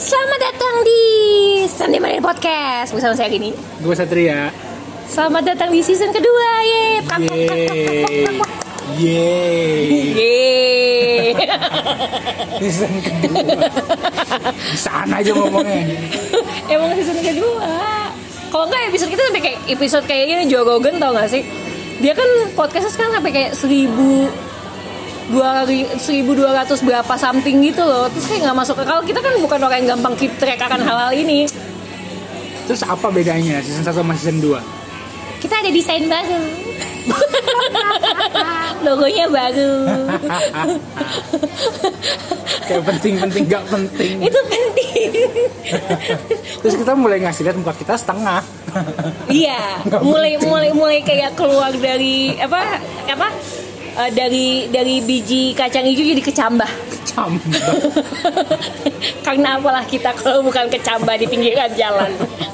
Selamat datang di Sunday Morning Podcast bersama saya gini. Gue Satria. Selamat datang di season kedua, Yeay. Season kedua. Di sana aja ngomongnya. Emang season kedua. Kalau enggak episode kita sampai kayak episode kayak gini, Joe Rogan tau gak sih? Dia kan podcastnya sekarang sampai kayak 1200 berapa something gitu loh. Terus kayak gak masuk akal. Kita kan bukan orang yang gampang keep track akan hal-hal ini. Terus apa bedanya season 1 sama season 2? Kita ada desain baru. Logonya baru. Kayak penting-penting gak penting. Itu penting. Terus kita mulai ngasih lihat muka kita setengah. Iya, mulai kayak keluar dari apa? Dari biji kacang hijau jadi kecambah. Karena apalah kita kalau bukan kecambah di pinggiran jalan.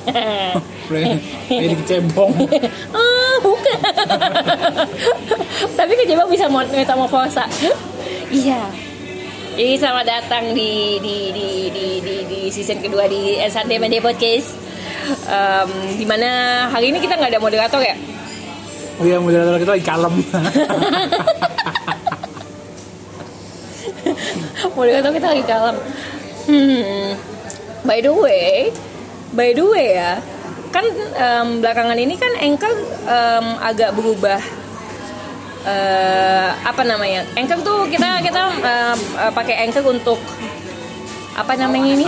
Jadi kecebong. Bukan. Tapi kecebong bisa metamorfosa. Iya. Jadi selamat datang di season kedua di Sunday Morning Podcast. Dimana hari ini kita nggak ada moderator ya? Oh iya, moderator kita lagi kalem. Moderator kita lagi kalem. By the way ya, kan belakangan ini kan Anchor agak berubah. Apa namanya? Anchor tuh kita pakai Anchor untuk apa namanya ini?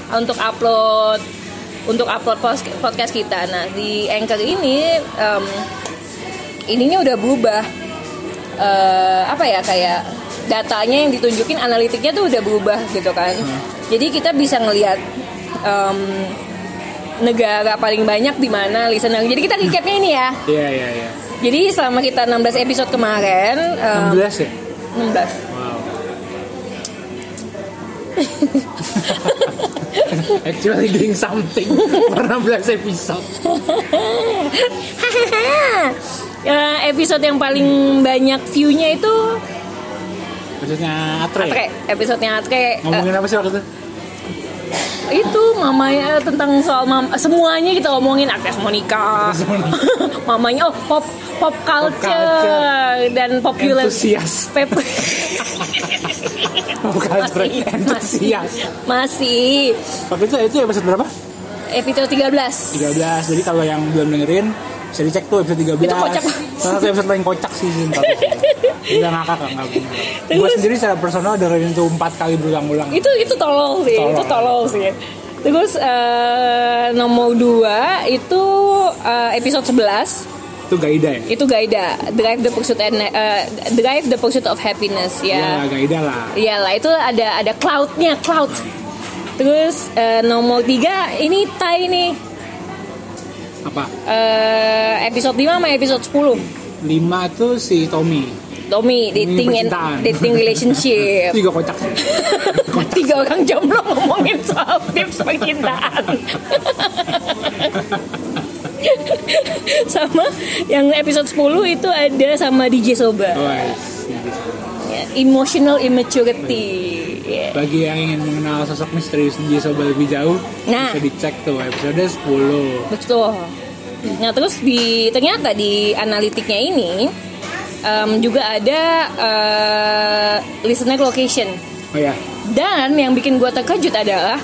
Untuk upload podcast kita. Nah, di Anchor ini ininya udah berubah. Kayak datanya yang ditunjukin, analitiknya tuh udah berubah gitu kan. Jadi kita bisa ngelihat negara paling banyak di mana listener. Jadi kita recapnya ini ya. Iya. Jadi selama kita 16 episode kemarin 16 ya? 16. Wow. Actually doing something for 16 episode. Episode yang paling banyak view-nya itu Episodenya Atre. Ngomongin apa sih waktu itu? Itu mamanya tentang soal semuanya kita ngomongin. Agnes Monica. Mamanya pop culture dan popular entusias. Pop culture entusias. Masih. Waktu itu episode berapa? Episode 13. Jadi kalau yang belum dengerin bisa dicek tuh episode 13. Itu kocak. Salah satu episode paling kocak sih season 1. Udah ngakak enggak bener. Gue sendiri secara personal dengerin itu 4 kali berulang-ulang. Itu tolol sih. Terus nomor 2 itu episode 11. Itu Gaida ya? Itu Gaida, Drive the Pursuit of Happiness ya. Ya, Gaida lah. Iyalah, itu ada cloud. Terus nomor 3 ini Tai nih. Apa? Episode 5 sama episode 10. 5 itu si Tommy, dating relationship. Itu juga kocak sih. 3 orang jomblo ngomongin soal tips percintaan. Sama yang episode 10 itu ada sama DJ Soba. Emotional immaturity. Bagi yang ingin mengenal sosok misterius DJ Soba lebih jauh, bisa dicek tuh episode 10. Betul. Nah, terus ternyata di analitiknya ini juga ada listener location. Oh ya. Dan yang bikin gue terkejut adalah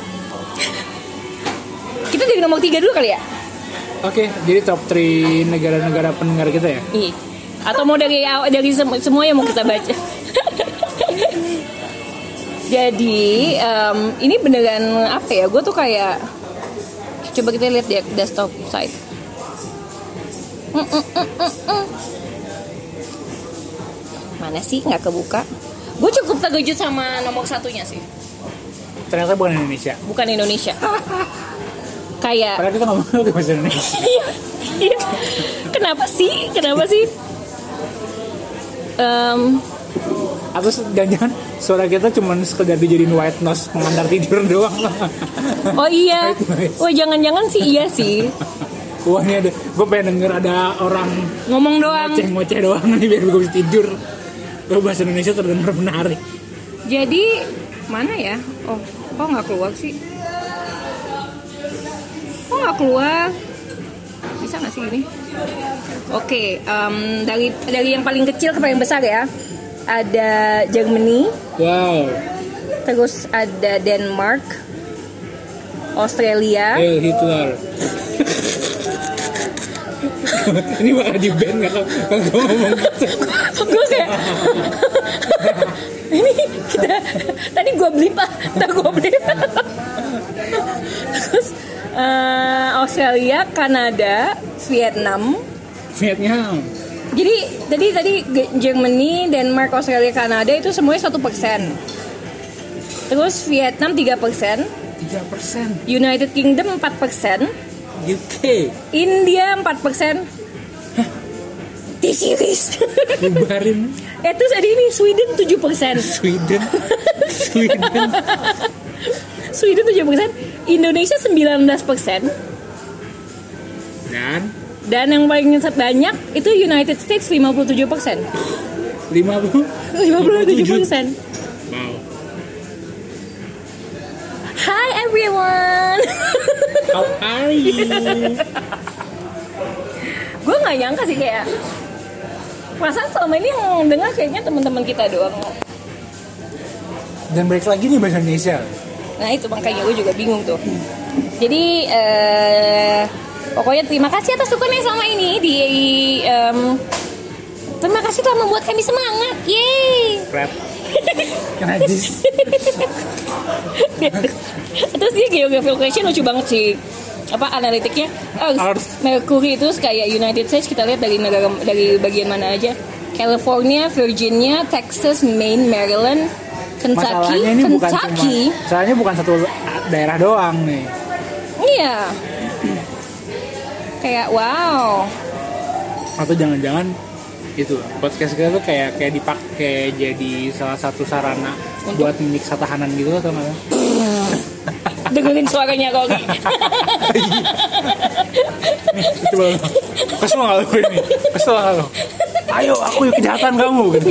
kita dari nomor 3 dulu kali ya. Oke, jadi top 3 negara-negara pendengar kita ya? Iya. Atau mau dari semua yang mau kita baca. Jadi ini beneran apa ya? Gue tuh kayak coba kita lihat di desktop site. Mana sih? Nggak kebuka. Gue cukup terkejut sama nomor 1-nya sih. Ternyata bukan Indonesia. Bukan Indonesia. Kayak. Padahal kita ngomong ke bahasa Indonesia. Iya. Kenapa sih? Atau jangan suara kita cuma sekedar dijadiin white noise pengantar tidur doang. Oh iya. Oh jangan-jangan sih iya sih. Wah ini gue pengen denger ada orang ngomong doang, ngoceh doang nih biar gue bisa tidur. Bahasa Indonesia terdengar menarik. Jadi mana ya? Oh, kok nggak keluar sih? nggak keluar. Bisa nggak sih ini? Oke, dari yang paling kecil ke paling besar ya. Ada Germany. Wow. Terus ada Denmark, Australia. Hitler. Ini bakal di band nggak kalau gue ngomong gitu. Gue kayak ini kita tadi gue beli pak, terus Australia, Kanada, Vietnam. Jadi tadi Germany, Denmark, Australia, Kanada itu semuanya 1%. Terus Vietnam 3%. United Kingdom 4%. UK. India 4%. T-series. Bubarin. Terus ada ini Sweden 7%. Sweden 7%. Indonesia 19%. Dan yang paling banyak itu United States 57%. 57%. Wow. Hi everyone. How are you? Gue nggak nyangka sih, kayak perasaan selama ini yang dengar kayaknya teman-teman kita doang. Dan balik lagi nih bahasa Indonesia. Nah itu makanya gue juga bingung tuh. Jadi pokoknya terima kasih atas dukungannya selama ini terima kasih telah membuat kami semangat. Yeay. Rap. Kenajis. Terus dia geographical question lucu banget sih. Analitiknya Mercury itu kayak United States, kita lihat dari bagian mana aja. California, Virginia, Texas, Maine, Maryland, Kentucky. Masalahnya bukan satu daerah doang nih. Iya. Kayak wow. Atau jangan-jangan itu podcast kita tuh kayak dipakai jadi salah satu sarana buat menyiksa tahanan gitu atau nggak? Dengerin suaranya kok. Kesel nggak lo ini? Kesel nggak lo? Ayo, aku yuk kejahatan kamu gitu.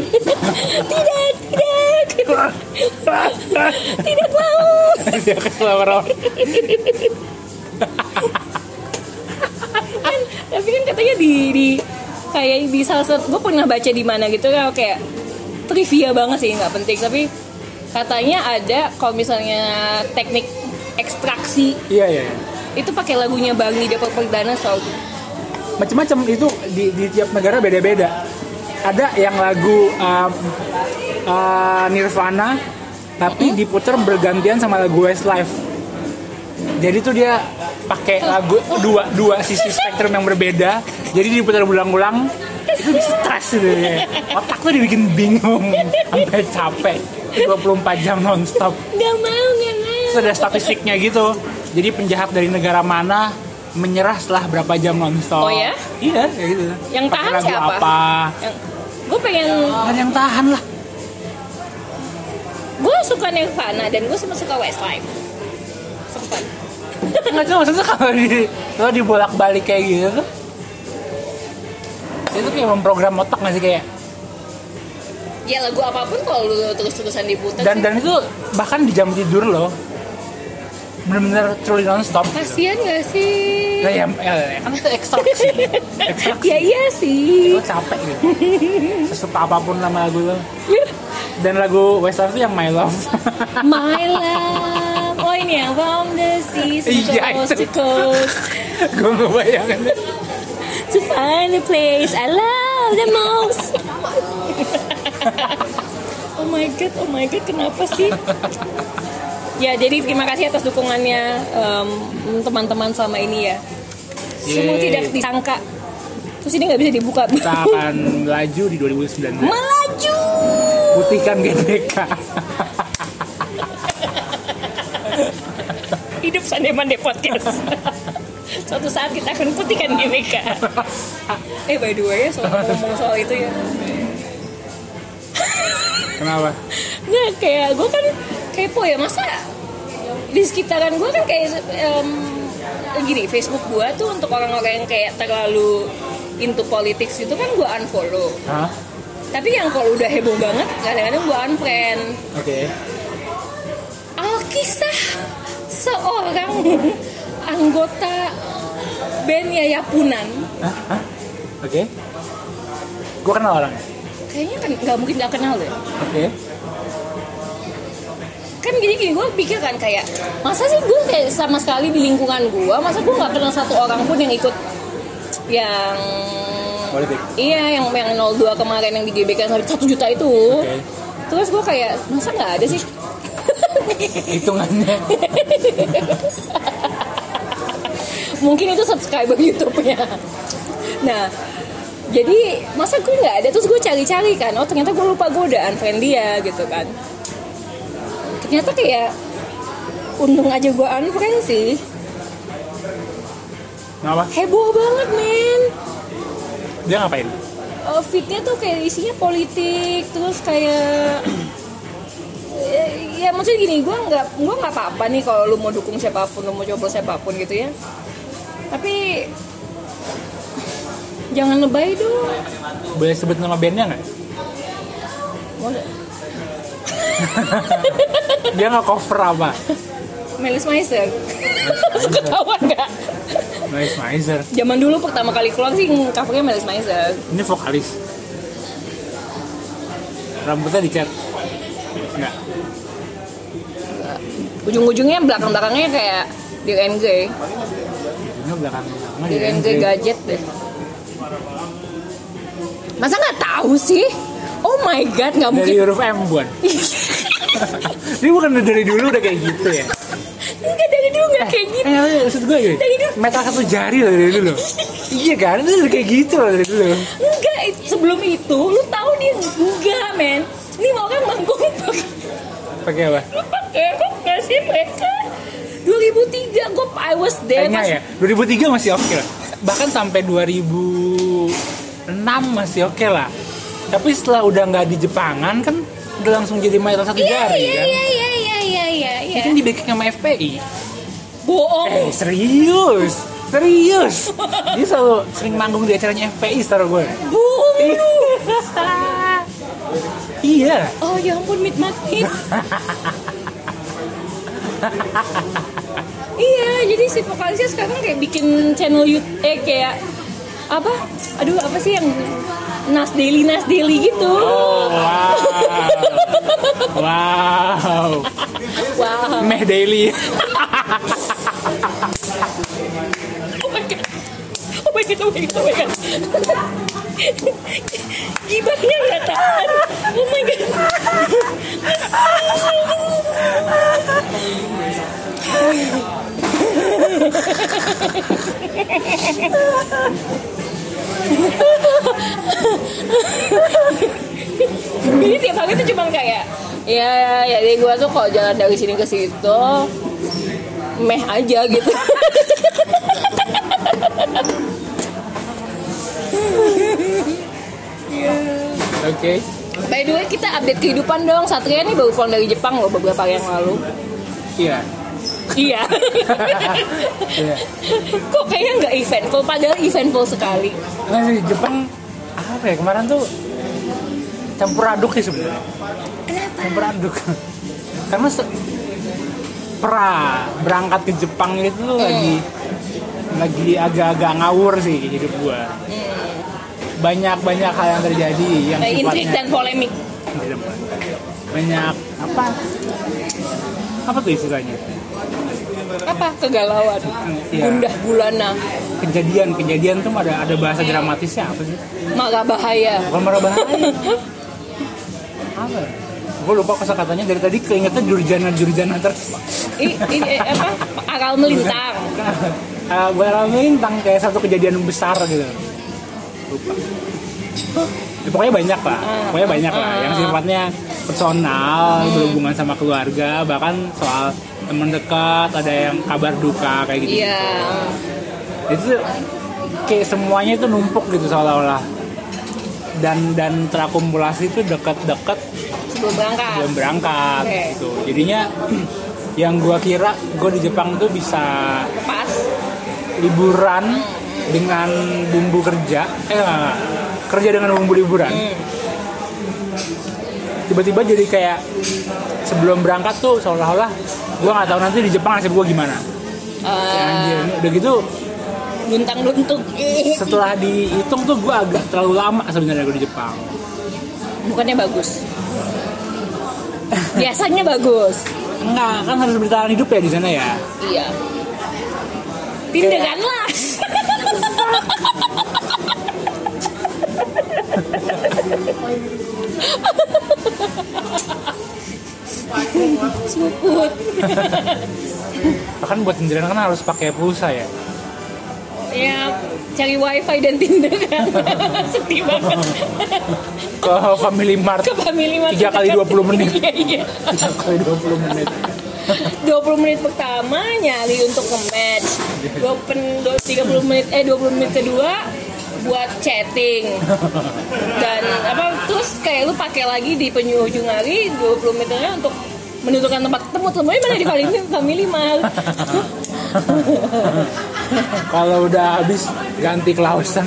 Tidak mau. Dia kesel orang. Tapi kan katanya di kayak di salah satu, gue pernah baca di mana gitu kan, kayak trivia banget sih, nggak penting, tapi katanya ada kalau misalnya teknik ekstraksi, iya. itu pakai lagunya Barney Dapat Perdana Soul. Macam-macam itu di tiap negara beda-beda. Ada yang lagu Nirvana tapi diputar bergantian sama lagu Westlife. Jadi tuh dia pakai lagu dua sisi spektrum yang berbeda, jadi diputar ulang-ulang. Itu stres gitu ya. Otak tuh dibikin bingung sampai capek 24 jam nonstop. Gak mau. Terus ada statistiknya gitu. Jadi penjahat dari negara mana menyerah setelah berapa jam nonstop. Oh ya? Iya kayak gitu. Yang pake tahan lagu siapa? Apa? Gue pengen. Ada yang tahan lah. Gue suka Nirvana dan gue suka Westlife. Sempat. Nggak cuma maksudnya kalau dibolak-balik kayak gitu tuh, itu kayak memprogram otak nggak sih kayak? Ya lagu apapun kalau lu terus-terusan diputar. Dan itu bahkan di jam tidur loh, benar-benar truly non-stop. Kasian nggak sih? Nah ya kan itu ekstraksi. Ya iya sih. Lo capek gitu. Sesuka apapun nama lagu lo. Dan lagu Westlife itu yang My Love. My Love. Oh ini ya, From the Seas to Coast. Gue ngebayangin to find the place I love the most. Oh my god, kenapa sih? Ya, jadi terima kasih atas dukungannya teman-teman selama ini ya. Semua tidak disangka. Terus ini nggak bisa dibuka. Kita akan melaju di 2019. Melaju. Putihkan GBK. Hidup Sande-Mande Podcast. Suatu saat kita akan putihkan GBK. By the way, ngomong soal itu ya. Kenapa? Nah, kayak gue kan kepo ya, masa di sekitaran gue kan kayak gini, Facebook gue tuh untuk orang-orang yang kayak terlalu into politics gitu kan gue unfollow. Hah? Tapi yang kalau udah heboh banget kadang-kadang gue unfriend. Oke. Alkisah seorang anggota band Yayapunan. Hah? Oke. Gue kenal orangnya. Kayaknya kan nggak mungkin nggak kenal deh. Oke. Kan gini gue pikir kan kayak masa sih gue kayak sama sekali di lingkungan gue, masa gue nggak kenal satu orang pun yang ikut yang Politik. Iya yang 02 kemarin yang di GBK sampai 1 juta itu. Okay. Terus gue kayak masa nggak ada sih hitungannya. Mungkin itu subscriber YouTube-nya. Nah jadi masa gue nggak ada, terus gue cari-cari kan, oh ternyata gue lupa gue udah unfriend dia gitu kan. Ternyata kayak untung aja gue unfriend sih. Kenapa? Heboh banget men. Dia ngapain? Fitnya tuh kayak isinya politik, terus kayak ya maksudnya gini, gue nggak apa-apa nih kalau lu mau dukung siapapun, lu mau coba siapapun gitu ya. Tapi jangan lebay dong. Boleh sebut nama bandnya nggak? Boleh. Dia nggak cover apa? Melis Meiser. Ketahuan nggak? Melis Meiser. Zaman dulu pertama kali keluar sih covernya Melis Meiser. Ini vokalis. Rambutnya dicat. Nggak. Ujung-ujungnya belakang-belakangnya kayak di NG. Ini belakang. Di NG gadget deh. Masa nggak tahu sih? Oh my god, nggak mungkin. Dari huruf M bukan? Ini bukan dari dulu udah kayak gitu ya? Enggak, dari dulu nggak kayak gitu. Maksud gue gini, Dari dulu. metal 1 jari loh dari dulu. Iya kan, itu udah kayak gitu loh dari dulu. Enggak, sebelum itu lu tahu dia enggak men. Ini orang manggung Pakai apa? lu pakai kok nggak sih mereka? 2003 gue I was there. Kayaknya ya, 2003 masih oke lah. Bahkan sampai 2006 masih oke lah. Tapi setelah udah nggak di Jepangan kan udah langsung jadi metal 1 jari kan. Iya. Itu kan di backing sama FPI. Bohong. Serius. Dia selalu sering manggung di acaranya FPI setahu gue. Bohong lu. Iya. Oh ya ampun, Mit. Iya, jadi si vokalisnya sekarang kayak bikin channel YouTube kayak apa? Aduh, apa sih yang Nas Daily gitu. Oh, wow. Meh Daily. Oh my god. Gibahnya nggak tahan. Oh my god. Jadi tiap hari tuh cuma kayak ya jadi gue tuh kalau jalan dari sini ke situ meh aja gitu. Oke. By the way, kita update kehidupan dong. Satria nih baru pulang dari Jepang loh beberapa hari yang lalu. Iya. Iya. Kok kayaknya nggak eventful, padahal eventful sekali. Nah, di Jepang apa ya kemarin tuh campur aduk sih sebenarnya. Kenapa? Campur aduk. Karena berangkat ke Jepang itu lagi agak-agak ngawur sih hidup gua. Banyak hal yang terjadi yang Intrik dan polemik. Banyak apa tuh istilahnya? Apa kegalauan? Iya. Gundah gulana. Kejadian tuh ada bahasa dramatisnya apa sih? Marah bahaya. Bukan marah bahaya. Apa? Gue lupa kosakatanya, dari tadi keingetnya jurjana terus. Apa? Akal melintang. Gue melintang kayak satu kejadian besar gitu. Lupa. Ya, pokoknya banyak lah yang sifatnya personal, berhubungan sama keluarga, bahkan soal teman dekat, ada yang kabar duka kayak gitu. Iya. Itu kayak semuanya itu numpuk gitu seolah-olah. Dan terakumulasi itu dekat-dekat sebelum berangkat Okay. gitu. Jadinya yang gua kira gua di Jepang tuh bisa Pas. liburan dengan bumbu kerja, kerja dengan bumbu liburan. Tiba-tiba jadi kayak sebelum berangkat tuh seolah-olah gue nggak tahu nanti di Jepang nasib gue gimana. Anjir, udah gitu luntang-luntung. setelah dihitung tuh gue agak terlalu lama sebenarnya gue di Jepang. Bukannya bagus. Biasanya bagus. Enggak, kan harus bertahan hidup ya di sana ya. Iya. Tindakanlah. Suput. Bahkan buat tindakan kan harus pakai pulsa ya. Ya, cari wifi dan Tinder kan. Sedih banget. Ke Family Mart. Ke Family Mart 3 kali 20 menit. Iya. 3 kali 20 menit. 20 menit pertama nyari untuk nge-match. 20 menit kedua buat chatting. Dan terus kayak lu pakai lagi di penghujung hari 20 menitnya untuk menentukan tempat ketemu. Temunya mana di Family Mart. Kalau udah habis ganti ke Lawson.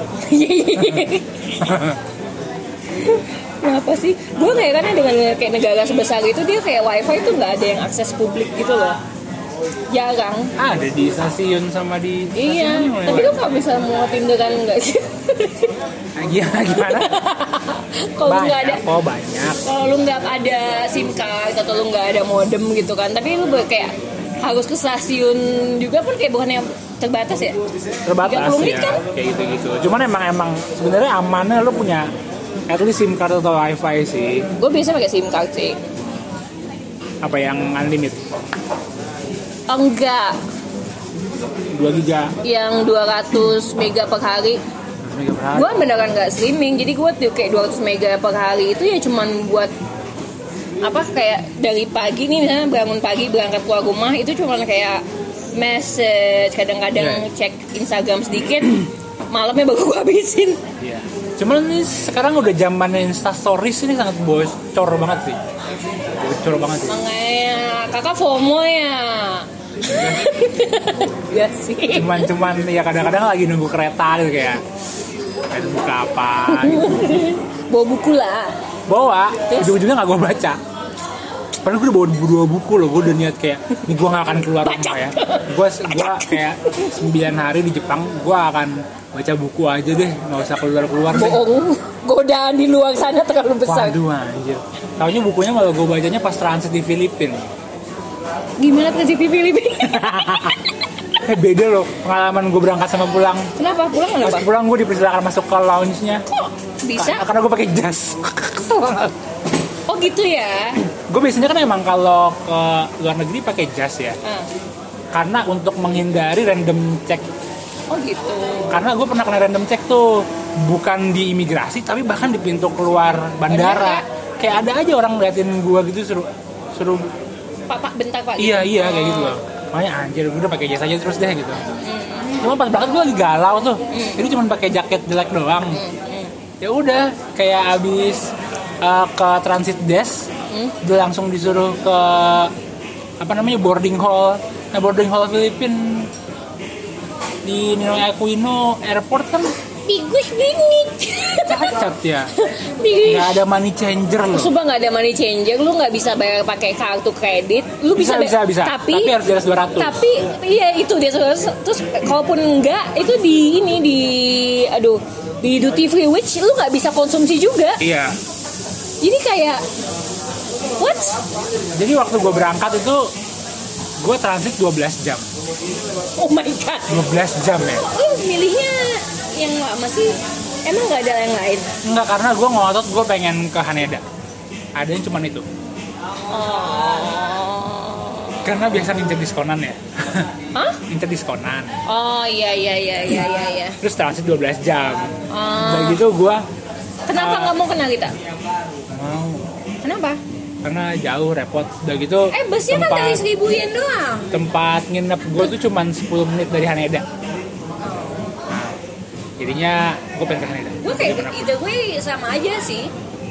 Kenapa sih? Gue kayaknya dengan kayak negara sebesar itu dia kayak wifi itu nggak ada yang akses publik gitu loh. Jarang. Ada di stasiun sama di Iya. Tapi lu nggak bisa mau tindakan nggak sih? Gimana? Kalau nggak ada. Oh banyak. Kalau lu nggak ada SIM card atau lu nggak ada modem gitu kan, tapi lu kayak harus ke stasiun juga pun kayak bukannya terbatas ya? Terbatas 30 menit ya, kan? kayak gitu-gitu. Cuman emang sebenarnya amannya lu punya at least SIM card atau wifi sih. Gue biasa pakai SIM card sih. Apa yang unlimited? Enggak. 2 giga. Yang 200 mega per hari. Gue beneran nggak streaming, jadi gue tuh kayak 200 mega per hari itu ya cuman buat kayak dari pagi nih misalnya bangun pagi berangkat keluar rumah itu cuman kayak message, kadang-kadang cek Instagram sedikit, malamnya baru gue habisin. Iya. Cuman ini sekarang udah zamannya Insta Stories ini sangat bocor banget sih. Bocor banget sih. Makanya kakak FOMO ya. Iya sih. Cuman ya kadang-kadang lagi nunggu kereta gitu kayak buka apa gitu. Bawa buku lah. Bawa, ujung-ujungnya gak gue baca. Padahal gue udah bawa 2 buku loh. Gue udah niat kayak ini gue gak akan keluar rumah ya. Gue kayak 9 hari di Jepang gue akan baca buku aja deh, gak usah keluar-keluar deh. Bohong, godaan di luar sana terlalu besar. Waduh anjir. Taunya bukunya malah gue bacanya pas transit di Filipina. Gimana transit di Filipina? Beda loh pengalaman gue berangkat sama pulang. Kenapa? Pulang kenapa? Pas pulang gue dipersilakan masuk ke lounge-nya. Kok bisa? Karena gue pakai jas. Oh gitu ya? Gue biasanya kan emang kalau ke luar negeri pakai jas ya. Karena untuk menghindari random check. Oh gitu. Karena gue pernah kena random check tuh, bukan di imigrasi tapi bahkan di pintu keluar bandara. Kayak ada aja orang ngeliatin gue gitu suruh Pak bentar Pak. Iya kayak gitu loh. Makanya anjir gue udah pakai jas aja terus deh gitu. Cuma pas berangkat gue lagi galau tuh. Jadi cuma pakai jaket jelek doang. Ya udah kayak abis ke transit desk, udah langsung disuruh ke boarding hall. Nah boarding hall Filipina di Ninoy Aquino Airport kan Bigus bingit. cacat ya. Nggak ada money changer loh. Coba nggak ada money changer, lu nggak bisa bayar pakai kartu kredit. Lu bisa. Tapi harus di atas 200. Tapi iya itu dia terus kalaupun enggak itu di duty free which lu nggak bisa konsumsi juga. Iya. Jadi kayak what? Jadi waktu gue berangkat itu gue transit 12 jam. Oh my god. 12 jam ya. Lu milihnya yang lama sih? Emang nggak ada yang lain? Enggak, karena gue ngotot gue pengen ke Haneda. Adanya cuma itu. Oh. Karena biasa ngincer diskonan ya. Hah? Ngincer diskonan. Oh iya. Terus transit 12 jam. Oh. Begitu gue. Kenapa nggak mau kena kita? Mau. Kenapa? Karena jauh repot. Udah gitu. Busnya kan dari 1.000 yen doang. Tempat nginep gue tuh cuma 10 menit dari Haneda. Jadinya gue pengen ke Haneda. Gue kayak gue sama aja sih.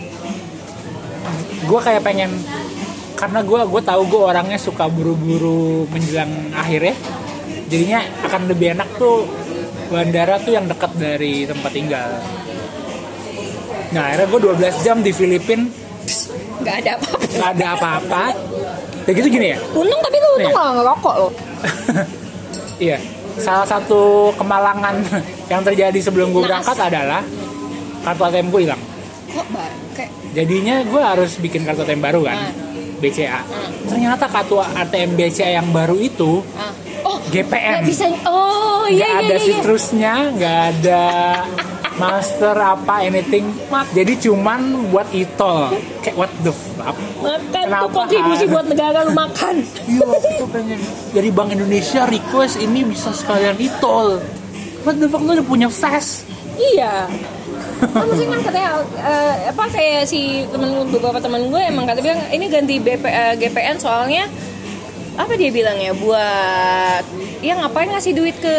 Gue kayak pengen, karena gue tahu gue orangnya suka buru-buru menjelang akhir ya. Jadinya akan lebih enak tuh bandara tuh yang dekat dari tempat tinggal. Nah akhirnya gue 12 jam di Filipina. Gak ada apa-apa. Ya gitu gini ya. Untung tapi lu nggak ngerokok loh. Iya, salah satu kemalangan yang terjadi sebelum gue berangkat adalah kartu ATM gue hilang. Kok bangke? Jadinya gue harus bikin kartu ATM baru kan, BCA. Ternyata kartu ATM BCA yang baru itu GPM. Nggak bisa. Oh iya. Nggak ada sitrusnya, nggak ada master apa anything. Jadi cuman buat e-tol. Kayak what the fuck? Makan tuh kontribusi buat negara lu makan. Iya, aku pengen dari Bank Indonesia request ini bisa sekalian e-tol. What the fuck, lu udah punya flash? Iya. Kan maksudnya kan katanya kayak si beberapa teman gue emang kata bilang ini ganti GPN soalnya apa dia bilang ya buat ya ngapain ngasih duit ke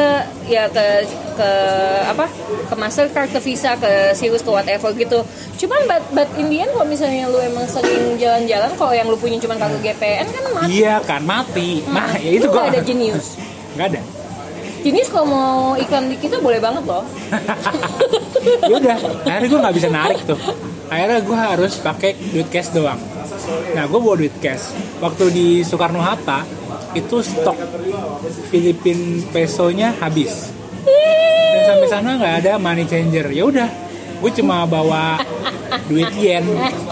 Mastercard, ke Visa, ke Sirius, ke whatever gitu. Cuman but Indian kalau misalnya lu emang sering jalan-jalan, kalau yang lu punya cuma kartu GPN kan mati. Iya kan mati. Nah ya itu gue ada Genius. Nggak ada. Genius kalau mau iklan di kita boleh banget loh. Yaudah, akhirnya gue nggak bisa narik tuh. Akhirnya gue harus pakai duit cash doang. Nah gue bawa duit cash. Waktu di Soekarno Hatta itu stok Filipin pesonya habis. Dan sampai sana nggak ada money changer. Ya udah, gue cuma bawa duit yen.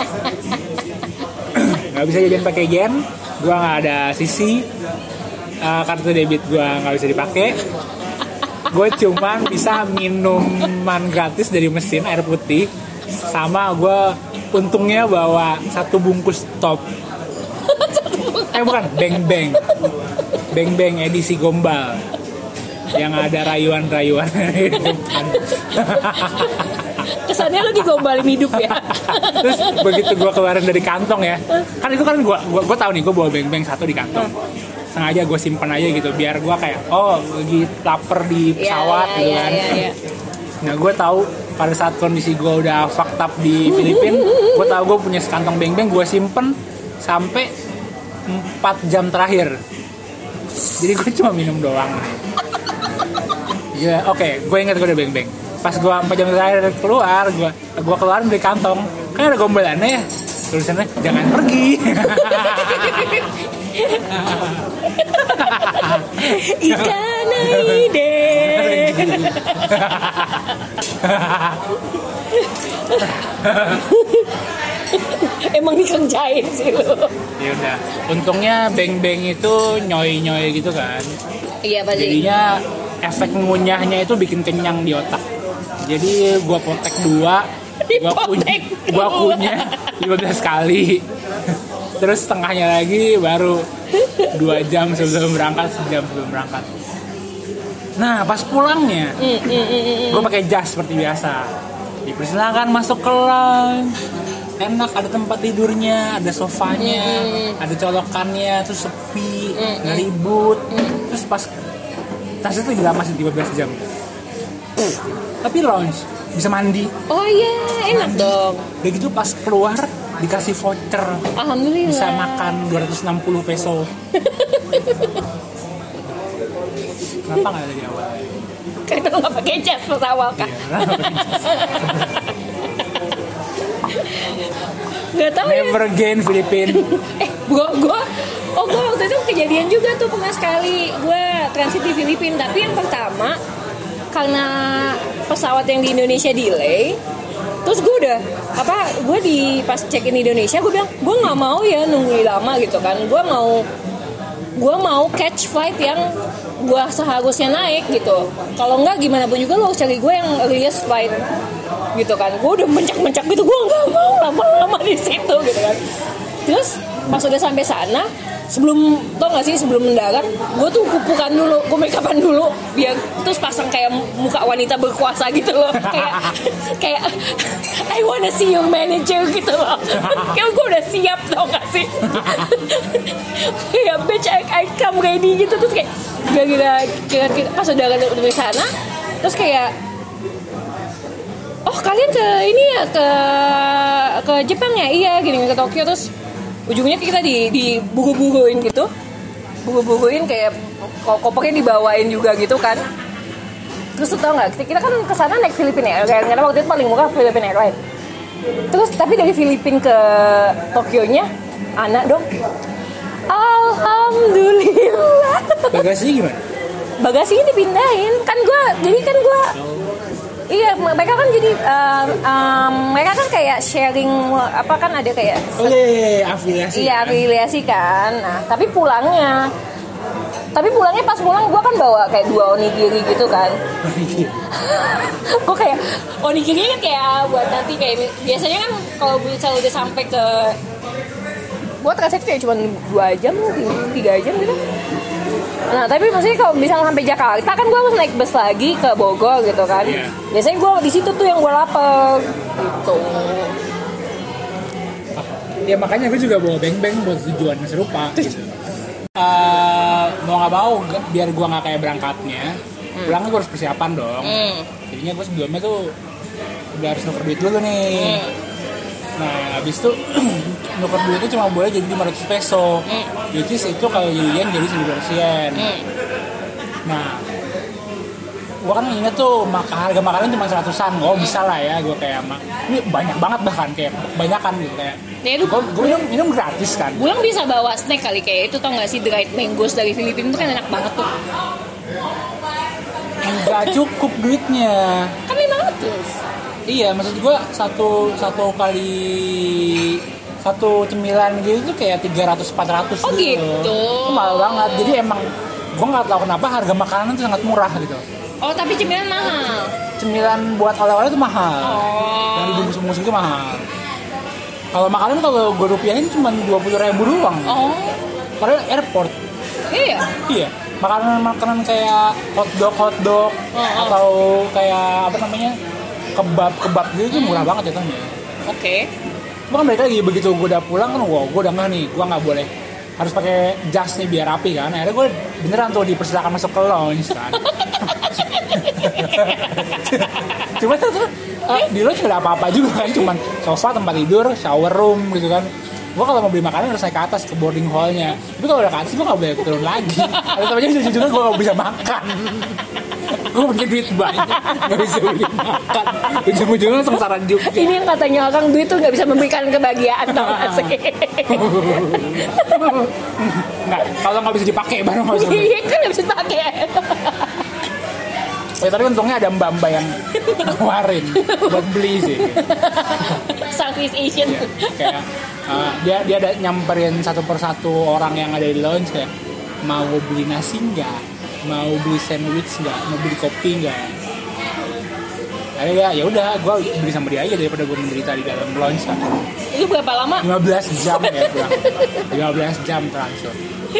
Nggak bisa jajan pakai yen. Gue nggak ada sisi. Kartu debit gue nggak bisa dipakai. Gue cuman bisa minuman gratis dari mesin air putih. Sama gue untungnya bawa 1 bungkus top. Bukan, Beng Beng edisi gombal yang ada rayuan-rayuan. Kesannya lu digombalin hidup ya. Terus begitu gue keluarin dari kantong ya, kan itu kan gue tahu nih gue bawa Beng Beng 1 di kantong. Sengaja gue simpen aja gitu biar gue kayak lagi lapar di pesawat gitu kan. Nah gue tahu pada saat kondisi gue udah fucked up di Filipina, gue tahu gue punya sekantong Beng Beng, gue simpen sampai 4 jam terakhir. Jadi gue cuma minum doang. Ya oke, gue ingat gue udah Beng Beng. Pas gue 4 jam terakhir keluar, gue keluarin dari kantong, kan ada gombalannya ya, tulisannya jangan pergi. Ikan ide. Emang dikerjain sih lu. Ya udah, untungnya Beng Beng itu nyoy gitu kan. Iya pasti. Jadinya efek ngunyahnya itu bikin kenyang di otak. Jadi gua potek 2, gua kunyah 15 kali. Terus setengahnya lagi baru 2 jam sebelum berangkat, 1 jam sebelum berangkat. Nah pas pulangnya gue pakai jas seperti biasa, dipersilakan masuk ke lounge, enak, ada tempat tidurnya, ada sofanya, ada colokannya, terus sepi, nggak ribut. Terus pas tas itu juga masih 15 jam. Tapi lounge bisa mandi. Oh iya, enak dong. Udah gitu pas keluar dikasih voucher. Alhamdulillah. Bisa makan 260 peso. Kenapa nggak dari awal? Karena lo nggak pakai jas pas awal kan? Gak tahu ya. Never again Filipina. Gue waktu itu kejadian juga tuh pernah sekali gue transit di Filipina. Tapi yang pertama karena pesawat yang di Indonesia delay, terus gue pas check in Indonesia gue bilang gue nggak mau ya nunggu lama gitu kan. Gue mau catch flight yang gue seharusnya naik gitu. Kalau enggak gimana pun juga lo cari gue yang earliest flight gitu kan. Gue udah mencak gitu, gue nggak mau lama-lama di situ gitu kan. Terus pas udah sampai sana, sebelum mendarat, gue tuh kupukan dulu, gue make upan dulu, biar terus pasang kayak muka wanita berkuasa gitu loh, kayak I wanna see your manager gitu loh. Kayak gue udah siap, tau gak sih? Kayak bitch I come ready gitu. Terus kayak kira-kira pas udah dari sana, terus kayak kalian ke ini ya, ke Jepang ya? Iya gini, ke Tokyo. Terus ujungnya kita diburu-buruin gitu, kayak kopernya dibawain juga gitu kan. Terus tau nggak, kita kan kesana naik Filipina ya, karena waktu itu paling murah Filipina Airlines. Terus tapi dari Filipina ke Tokyo-nya anak dong. Alhamdulillah. Bagasinya gimana? bagasinya dipindahin kan gue iya mereka kan jadi mereka kan kayak sharing apa kan ada kayak afiliasi iya afiliasi kan. Nah tapi pulangnya pas pulang gue kan bawa kayak 2 onigiri gitu kan. Gue kayak onigiri kan kayak buat nanti kayak biasanya kan kalau misalnya udah sampai ke buat transit kayak cuma 2 jam 3 jam gitu. Nah tapi maksudnya kalau misalnya sampai Jakarta kan gue harus naik bus lagi ke Bogor gitu kan. Biasanya gue di situ tuh yang gue lapar gitu. Ya makanya gue juga bawa beng-beng buat tujuan yang serupa gitu. Mau nggak mau biar gue nggak kayak berangkatnya pulangnya gue harus persiapan dong. Jadinya gue sebelumnya tuh udah harus nuker duit dulu nih. Nah habis itu nuker duit itu cuma boleh jadi 500 peso which is itu kalau yen jadi 1.200 yen. Nah gue kan inget tuh harga makanan cuma 100-an. Oh bisa lah ya gue kayak ini banyak banget bahkan kayak banyakan gitu kayak ya, gue minum gratis kan. Pulang bisa bawa snack kali kayak itu tau gak sih dried mangoes dari Filipina itu kan enak banget tuh. Nggak cukup duitnya kan 500. Iya maksud gue satu cemilan gitu tuh kayak 300-400 oh gitu. Itu mahal banget. Jadi emang gue nggak tahu kenapa harga makanan tuh sangat murah gitu. Oh tapi cemilan mahal. Cemilan buat oleh-oleh itu mahal. Yang dibungkus-bungkus itu mahal. Kalau makanan kalau gue rupiahin cuma 20.000 doang. Padahal airport. Iya. Makanan kayak hotdog atau kayak apa namanya kebab gitu murah banget ya tanya. Oke. Bahkan mereka lagi begitu gue udah pulang kan, gue udah nggak nih, gue nggak boleh harus pakai jas nih biar rapi kan. Akhirnya gue beneran tuh dipersilakan masuk ke lounge kan. Cuma tuh di lounge nggak ada apa-apa juga kan, cuman sofa, tempat tidur, shower room gitu kan. Gue kalau mau beli makanan harus naik ke atas ke boarding hall-nya. Tapi kalau udah ke atas gue nggak boleh turun lagi. Ada temannya jujur-jujur gue nggak bisa makan. Gue punya duit banyak, nggak bisa beli makan. Ujung-ujungnya sengsara juga. Ini yang katanya orang duit tuh nggak bisa memberikan kebahagiaan tau gak sih? Nggak, kalau nggak bisa dipakai baru nggak bisa. Iya kan nggak bisa dipakai. Ya tapi untungnya ada mbak-mbak yang nawarin buat beli sih. Southeast Asian. Ya, kayak dia ada nyamperin satu persatu orang yang ada di lounge kayak mau beli nasi nggak, mau beli sandwich nggak, mau beli kopi nggak. Akhirnya ya udah gue beli sama dia aja daripada gue menderita di dalam lounge kan. Itu berapa lama? 15 jam ya pulang. 15 jam transfer.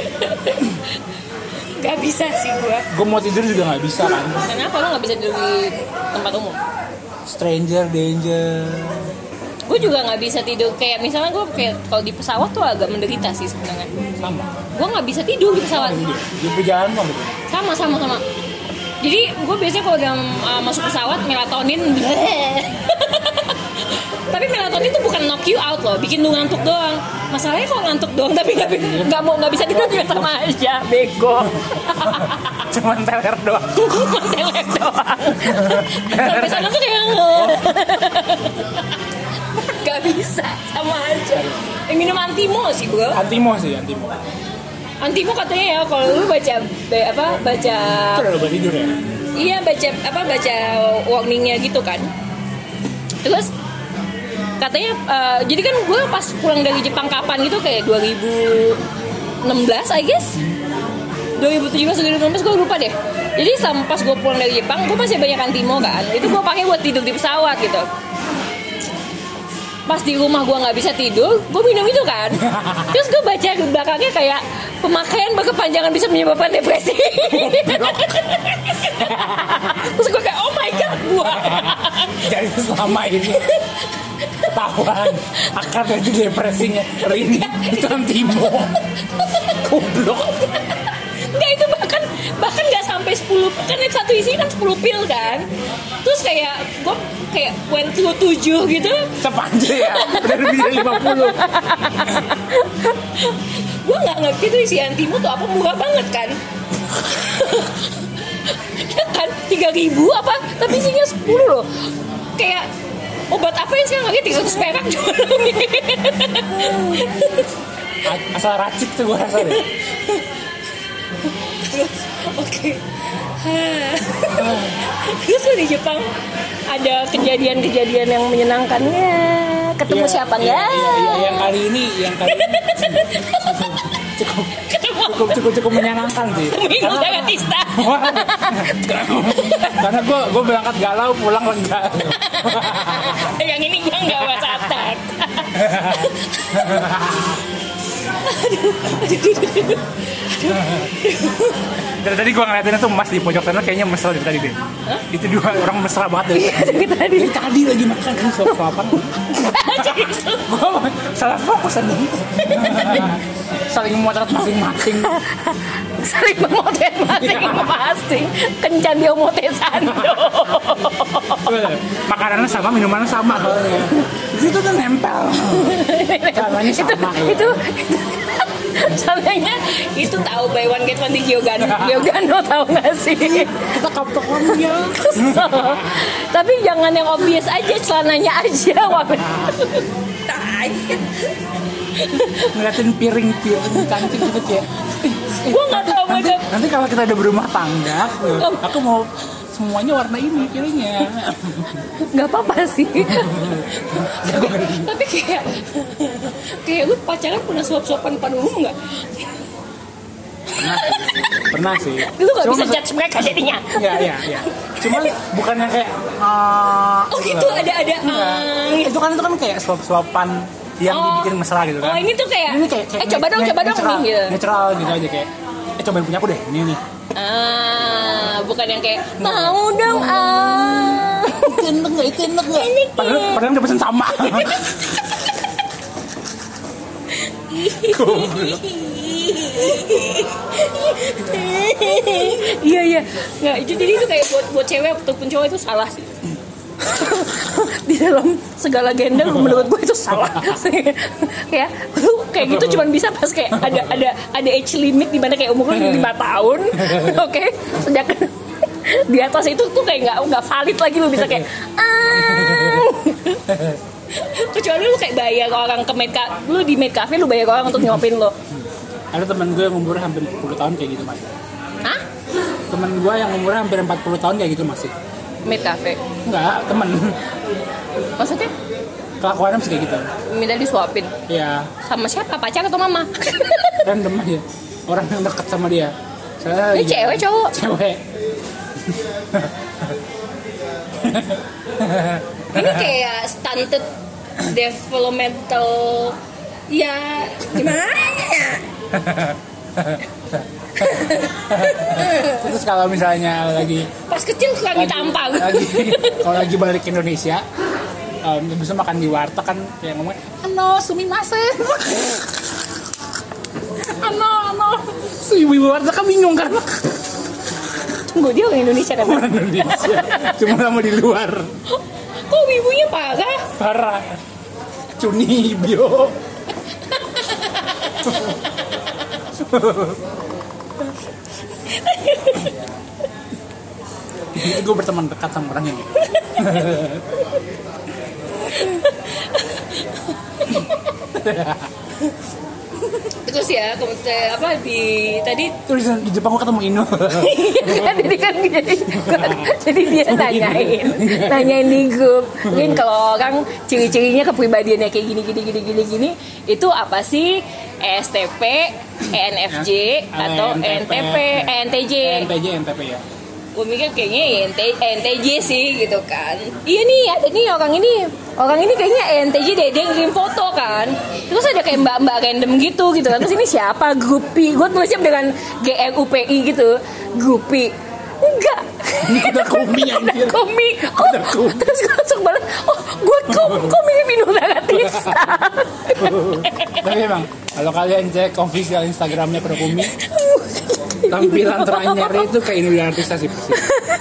Gak bisa sih gue. Gue mau tidur juga gak bisa kan. Kenapa lo gak bisa tidur di tempat umum? Stranger danger. Gue juga gak bisa tidur. Kayak misalnya gue kayak kalau di pesawat tuh agak menderita sih sebenarnya. Sama. Gue gak bisa tidur di pesawat. Di perjalanan kok gitu. Sama. Jadi gue biasanya kalau udah masuk pesawat melatonin. Tapi melatonin itu bukan knock you out loh, bikin lu ngantuk doang. Masalahnya kalau ngantuk doang tapi nggak bisa tidur juga sama aja, bego. Cuman teler doang. Sampai sana tuh kayak nggak bisa, sama aja. Minum Antimo sih bro. Antimo. Antimo katanya ya kalau lu baca. Itu udah buat tidur ya? Iya baca warningnya gitu kan. Terus katanya jadi kan gue pas pulang dari Jepang kapan gitu kayak 2016 I guess 2017 2016 gue lupa deh. Jadi pas gue pulang dari Jepang gue masih banyak Antimo kan, itu gue pakai buat tidur di pesawat gitu. Pas di rumah gue nggak bisa tidur, gue minum itu kan. Terus gue baca di belakangnya kayak pemakaian berkepanjangan bisa menyebabkan depresi. Terus gue kayak oh my god gue. Jadi selama ini ketahuan akarnya itu depresinya Rini itu Antimo. Goblok. Enggak itu bahkan nggak sampai 10 kan satu isi kan 10 pil kan. Terus kayak gue kayak went through 7 gitu. Sepanjang ya udah lebih dari 50. Gue nggak ngerti tuh isi Antimo tuh apa, murah banget kan. Ya kan 3.000 apa tapi isinya 10 loh. Kayak obat apa yang sekarang lagi 300 perak jual. Asal racik tuh gue rasa deh. Terus oke. Terus di Jepang ada kejadian-kejadian yang menyenangkannya. Ketemu siapa enggak? Yang kali ini cukup menyenangkan sih. Karena Tista. Karena gue berangkat galau, pulang lega. Yang ini gue nggak wasatak. Aduh. Dari tadi gue ngeliatin tuh Mas di pojok sana kayaknya mesra dari tadi deh. Itu dua orang mesra banget dari tadi lagi makan kan suap-suapan. Gue salah fokus aja. Saling memotret masing-masing. Saling memotret masing-masing. Kencan dia motesan. Makanannya sama, minumannya sama soalnya. Di situ tuh nempel. Caranya sama. Itu Salahnya itu tahu buy one get one di Giordano. Giordano tahu nggak sih? Kita kapok ya. Tapi jangan yang obvious aja, celananya aja. Ngeliatin piring-piring cantik gitu kayak. Gue nggak tahu nanti kalau kita udah berumah tangga, aku mau semuanya warna ini piringnya. Nggak apa-apa sih. Tapi kayak lu pacaran pernah suap-suapan depan umum nggak? Pernah sih. Lu nggak bisa judge mereka jadinya. Iya. Cuma bukan yang kayak oh gitu ada itu kan kayak suap-suapan yang dibikin mesra gitu kan. Oh ini tuh kayak coba dong natural, nih gitu. Natural gitu aja kayak cobain punya aku deh ini nih. Bukan yang kayak mau dong itu enak nggak padahal udah pesen sama. Iya nggak itu jadi itu kayak buat cewek ataupun cowok itu salah sih. Di dalam segala gender menurut gue itu salah. Ya lu kayak gitu cuman bisa pas kayak ada age limit di mana kayak umur lu 5 tahun. Oke. Sejak di atas itu tuh kayak nggak valid lagi lu bisa kayak kecuali lu kayak bayar orang ke lu di maid cafe lu bayar orang untuk nyopin lo. Ada teman gue yang umur hampir 40 tahun kayak gitu masih. Hah? Teman gue yang umurnya hampir 40 tahun kayak gitu masih. Maid cafe? Enggak, temen. Maksudnya? Kelakuannya masih kayak gitu. Minta disuapin? Iya. Sama siapa? Pacar atau mama? Random aja. Orang yang dekat sama dia. Ini cewek cowok? Cewek. Ini kayak stunted developmental. Ya gimana ya? Terus kalau misalnya lagi pas kecil kurang ditampang. Kalau lagi balik ke Indonesia, bisa makan di warteg kan kayak ngomong, "Ano, sumimasen." Ano. Si ibu warteg kan bingung kan. Tunggu dia orang Indonesia kan? Orang Indonesia. Cuma lama di luar. Kok ibunya parah? Parah. Cuni bio. Gue berteman dekat sama orang ini. Terus ya, tadi terus di Jepang gue ketemu Ino. jadi dia nanyain di grup. Mungkin kalau orang ciri-cirinya kepribadiannya kayak gini itu apa sih? ESTP, ENFJ atau ENTP, ENTJ ya. Gue mikir kayaknya ENTJ sih gitu kan. Iya nih ada nih orang ini kayaknya ENTJ deh, dia ngirim foto kan. Terus ada kayak mbak-mbak random gitu kan. Terus ini siapa? Grupi. Gue tulisnya dengan GRUPI gitu. Grupi. Enggak. Ini kita komi anjir. Komi. Terus gue langsung balas, gue komi Inul Daratista. Tapi emang kalau kalian cek official Instagramnya Prokumi, tampilan teranyar itu kayak Inul Daratista sih pasti.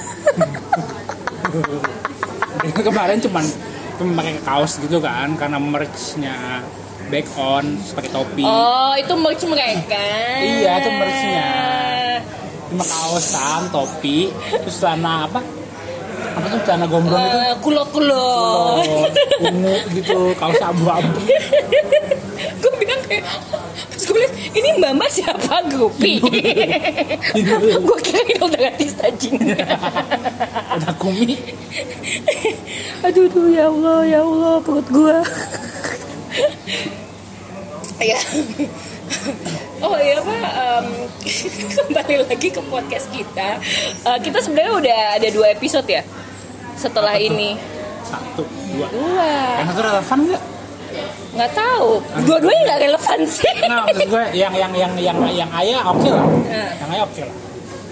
Kemarin cuman pakai kaos gitu kan karena merch-nya back on, pakai topi. Oh, itu merch mereka. Iya, itu merch-nya. Cuma kaosan, topi, terus celana apa tuh celana gombrong itu? Kulo. Ungu gitu, kaos abu-abu. Gue bilang kayak, pas gue liat ini mbak siapa Grupi. Gue kira ini udah ganti staging. Udah Kumi. Aduh ya Allah perut gue. Ya. Oh iya Pak, kembali lagi ke podcast kita. Kita sebenarnya udah ada 2 episode ya setelah ini. 1, 2. Yang 1 relevan nggak? Nggak tahu. Dua-duanya nggak relevan sih. Nah, maksud gue yang ayah oke lah. Yang ayah oke lah.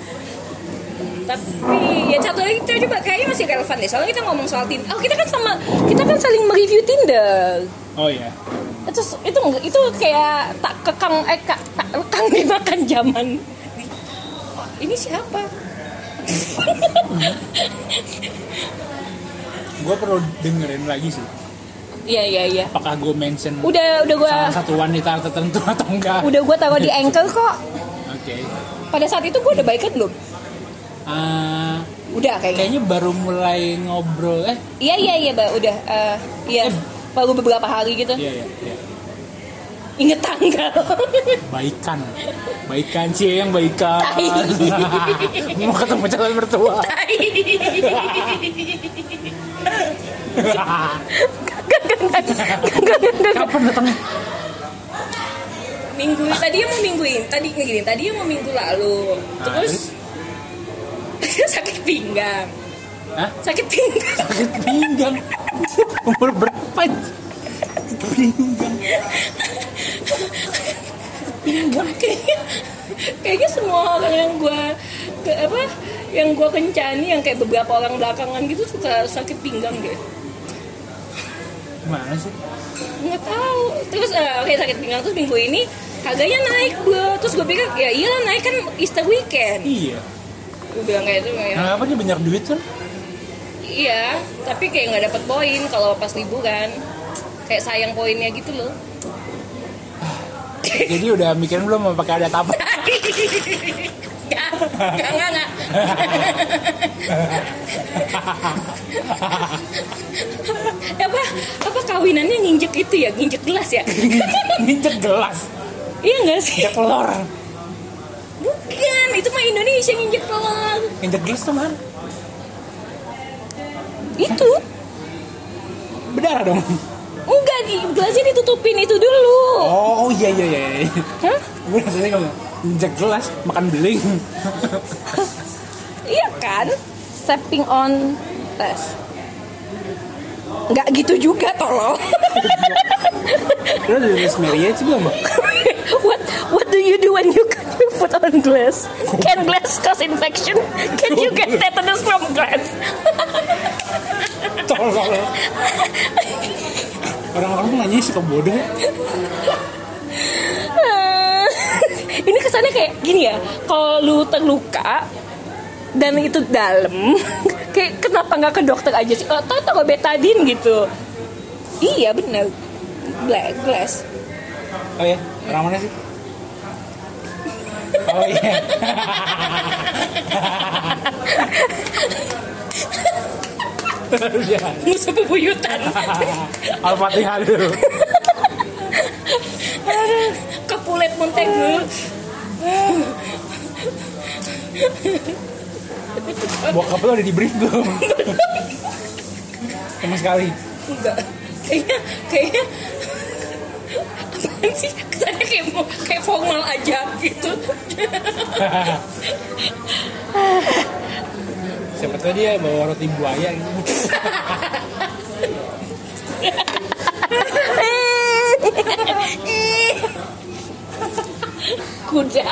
Tapi ya satu lagi kita coba kayaknya masih relevan deh. Soalnya kita ngomong soal Tinder. Oh kita kan saling mereview Tinder. Oh iya. Itu kayak tak lekang dimakan zaman. Ini siapa? Gue perlu dengerin lagi sih. Iya. Apakah gue mention Udah gue salah satu wanita tertentu atau enggak? Udah gue taruh di Anchor kok. Oke. Pada saat itu gue udah baikan belum? Udah kayaknya baru mulai ngobrol. Iya, udah. Iya. Baru beberapa hari gitu. Iya. Ingat tanggal. Baikan sih yang baikan. Mau ketemu calon mertua. Kapan datangnya? Tadi mau minggu lalu. Terus sakit pinggang. Hah? Sakit pinggang. Umur berapa? Pinggang. Kayaknya semua orang yang gue kencani, yang kayak beberapa orang belakangan gitu suka sakit pinggang deh. Gimana sih? Nggak tahu. Terus sakit pinggang terus minggu ini harganya naik bro. Terus gue pikir ya iyalah naik kan Easter weekend. Iya. Gue bilang kayak itu ya. Kenapa dia banyak duit kan? Iya, tapi kayak nggak dapat poin kalau pas liburan. Kayak sayang poinnya gitu loh. Jadi udah mikirin belum mau pakai adat apa? Enggak. Apa kawinannya nginjek itu ya? Nginjek gelas ya? Nginjek gelas? Iya nggak sih? Nginjek telur? Bukan, itu mah Indonesia nginjek telur. Nginjek gelas tuh mana? Itu berdarah dong? Enggak, gelasnya ditutupin itu dulu. Oh iya. Hah? Gue rasanya kalau nginjek gelas makan beling. Iya kan? Stepping on test. Nggak gitu juga tolong. Lo udah lulus marriage belum? What do you do when you put on glass? Can glass cause infection? Can you get tetanus from glass? Tolong. Orang-orang tuh nanya suka bodoh. Ini kesannya kayak gini ya. Kalau lu terluka dan itu dalam, kayak kenapa nggak ke dokter aja sih? Atau betadine gitu? Iya benar. Glass. Oh ya, orang mana sih? Oh iya. Musuh bebuyutan. Al-Fatihah dulu. Kepulet Montego. Bokap lo udah di brief belum? Sama sekali. Enggak. Kayaknya apaan sih? Kesannya kayak formal aja gitu. Siapa tahu dia bawa roti buaya gitu. Kuda.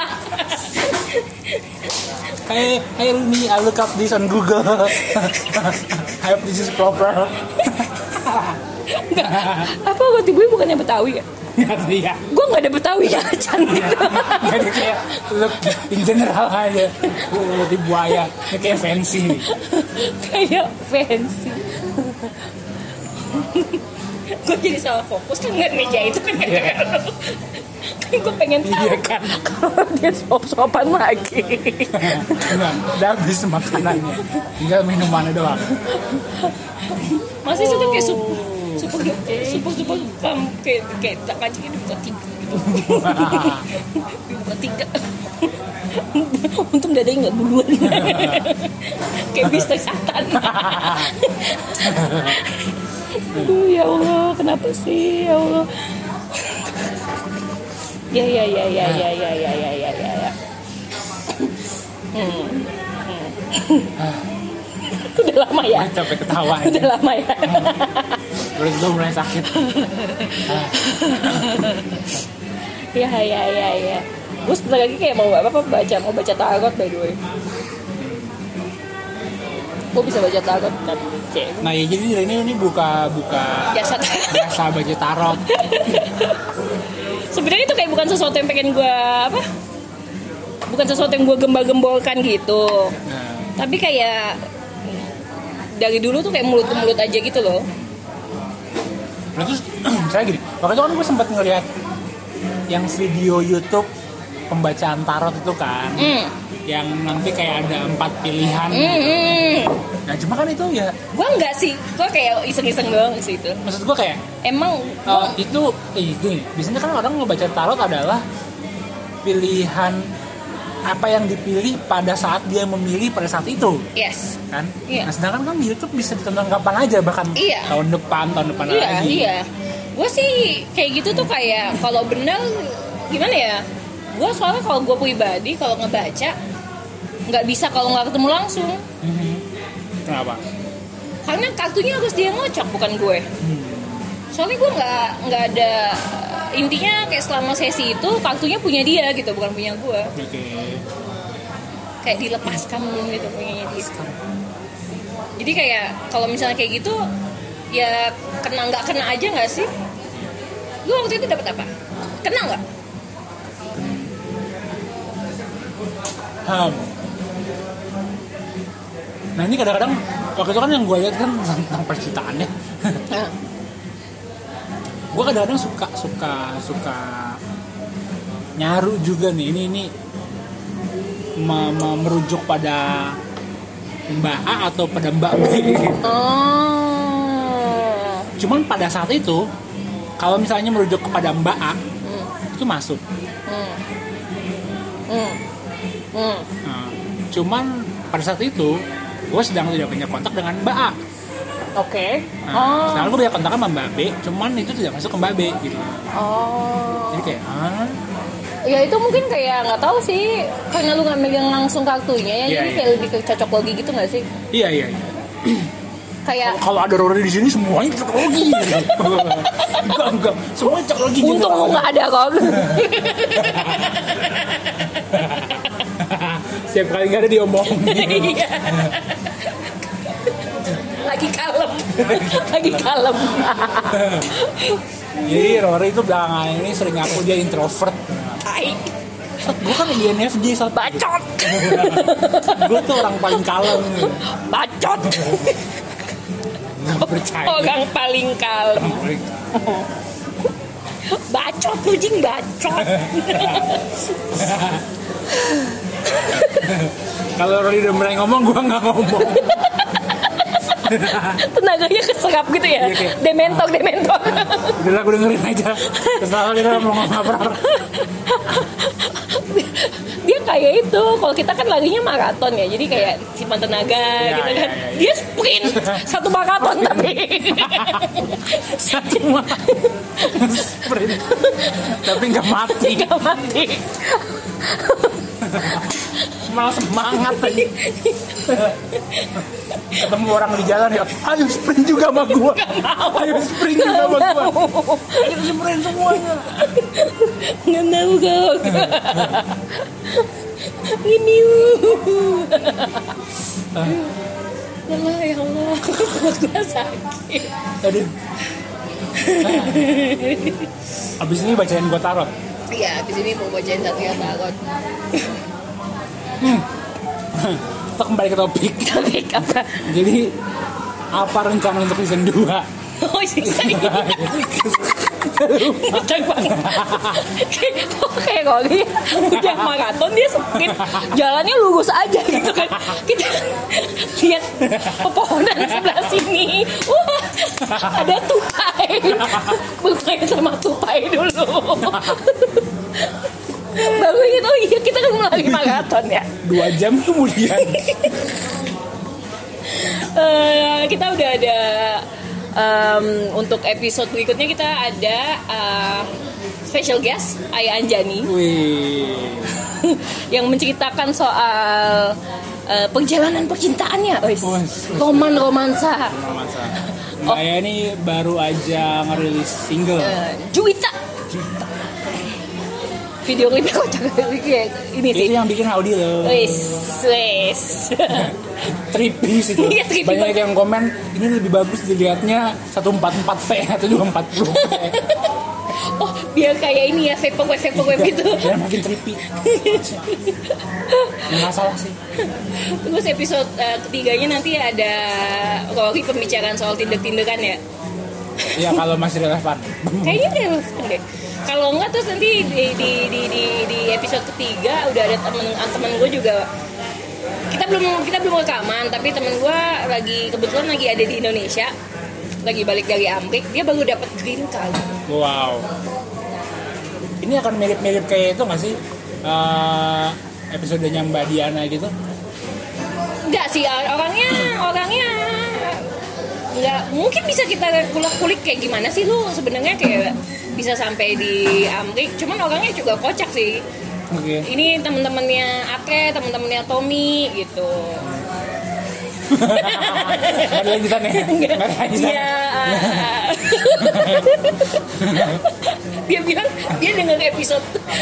Hey Rumi, I look up this on Google. I hope this is proper. Enggak. Apa roti buaya bukannya Betawi ya? Iya. Gue nggak ada Betawi ya cantik. Jadi kayak look in general aja. Roti buaya, ini kayak fancy. Kayak fancy. Gue jadi salah fokus kan ngeliat meja itu kan. Kan gue pengen tahu. Iya kan. Kalau dia sop-sopan lagi. Enggak, udah habis makanannya. Tinggal minumannya doang. Masih itu kayak sup kayak kancing itu bisa tidur. Buka 3. Untung dadanya nggak duluan. Kayak bisnis setan. Aduh ya Allah, kenapa sih ya Allah? Ya. Udah lama ya? Capek ketawa. Udah lama ya? Terus gue mulai sakit. Ya. Gue sebentar lagi kayak mau baca tarot by the way. Gue bisa baca tarot kan? Nah ya jadi ini buka Jasa baca tarot. Sebenarnya itu kayak bukan sesuatu yang pengen gue bukan sesuatu yang gue gembal-gembolkan gitu. Nah. Tapi kayak dari dulu tuh kayak mulut ke mulut aja gitu loh. Nah terus saya gini, waktu itu kan gue sempat ngeliat yang video YouTube pembacaan tarot itu kan, yang nanti kayak ada 4 pilihan. Nah cuma kan itu ya. Gue enggak sih, gue kayak iseng-iseng doang sih itu. Maksud gue kayak emang itu gini, biasanya kan orang ngebaca tarot adalah pilihan apa yang dipilih pada saat dia memilih pada saat itu. Yes. Kan? Iya. Nah sedangkan kan YouTube bisa ditonton kapan aja, bahkan tahun depan lagi. Iya. Gue sih kayak gitu tuh kayak kalau benar gimana ya? Gue soalnya kalau gue pribadi kalau ngebaca nggak bisa kalau nggak ketemu langsung. Kenapa? Karena kartunya harus dia ngocok bukan gue. Soalnya gue nggak ada, intinya kayak selama sesi itu kartunya punya dia gitu, bukan punya gue. Kayak dilepaskan gitu punyanya dia. Jadi kayak kalau misalnya kayak gitu ya kena nggak kena aja nggak sih? Lu waktu itu dapat apa? Kena nggak? Nah ini kadang-kadang waktu itu kan yang gue lihat kan tentang percintaannya. Gue kadang-kadang suka nyaru juga nih, ini merujuk pada Mbak A atau pada Mbak B. Cuman pada saat itu kalau misalnya merujuk kepada Mbak A itu masuk. Nah, cuman pada saat itu gue sedang tidak punya kontak dengan Mbak A. Oke. Nah, sekarang gue punya kontak sama Mbak B, cuman itu tidak masuk ke Mbak B gitu. Jadi kayak ya itu mungkin kayak nggak tahu sih, karena lu nggak megang langsung kartunya ya, jadi kayak lebih ke cocok logi gitu nggak sih? Iya. Kayak kalau ada Rory di sini semuanya cocok logi. enggak, semuanya cocok logi. Untung lu nggak ada kok. Setiap kali nggak ada diomongin. Lagi kalem. Jadi Rory itu belakangan ini sering ngaku dia introvert. Gue kan INFJ saat bacot. Gue tuh orang paling kalem. Bacot. Nggak percaya. Orang paling kalem. Bacot tuh jing bacot. Kalau Rory udah mulai ngomong, gue nggak ngomong. Tenaganya keserap gitu ya. Dementor. Udahlah gue dengerin aja. Terserah dia mau ngomong apa. Dia kayak itu, kalau kita kan larinya maraton ya, jadi kayak simpan tenaga gitu kan. Dia sprint 1 maraton tapi sprint tapi nggak mati. Malah semangat tadi. Ketemu orang di jalan ya, ayo sprint juga sama gua. Ayo sprint juga sama gua. Kita sprint semuanya. Nggak tahu kau. Ini. Ya Allah, perut gua sakit. Aduh. Abis ini bacain gua tarot. Iya, abis ini mau bacain satu ya tarot. Kita kembali ke topik. Topik apa? Jadi apa rencana untuk season 2? Oh, season 2. Kencang banget. Kayak kalau dia udah maraton dia sempit, jalannya lurus aja gitu kan. Kita lihat pepohonan sebelah sini, wah ada tupai, bermain sama tupai dulu. Baru ingat, oh iya kita kan lagi maraton ya. 2 jam kemudian. Kita udah ada untuk episode berikutnya kita ada special guest Ayah Anjani. Wih. Yang menceritakan soal perjalanan percintaannya, romansa. Mbak ini baru aja ngerilis single. Juwita. Video klipnya kocak ini sih. Itu yang bikin Audi loh. Wes. Trippy sih tuh. Iya, trippy Banyak banget. yang komen ini lebih bagus dilihatnya 144p atau 240p. Oh, biar kayak ini ya, vape gitu. Biar makin trippy. Nggak salah sih. Terus episode ketiganya nanti ada Rory pembicaraan soal tindekan ya. Iya, kalau masih relevan. Kayaknya relevan deh. Kalau enggak terus nanti di episode ketiga udah ada temen gue juga. Kita belum rekaman, tapi temen gue kebetulan lagi ada di Indonesia, lagi balik dari Amerika. Dia baru dapat green card. Wow. Ini akan mirip-mirip kayak itu nggak sih? Episodenya Mbak Diana gitu? Enggak sih, orangnya nggak mungkin bisa kita kulik kayak gimana sih lu sebenarnya kayak bisa sampai di Amerika. Cuman orangnya juga kocak sih. Oke. Ini teman-temannya Atre, teman-temannya Tommy gitu. Ada lanjutannya? Nggak ada lanjutannya? Iya. Dia bilang dia dengar episode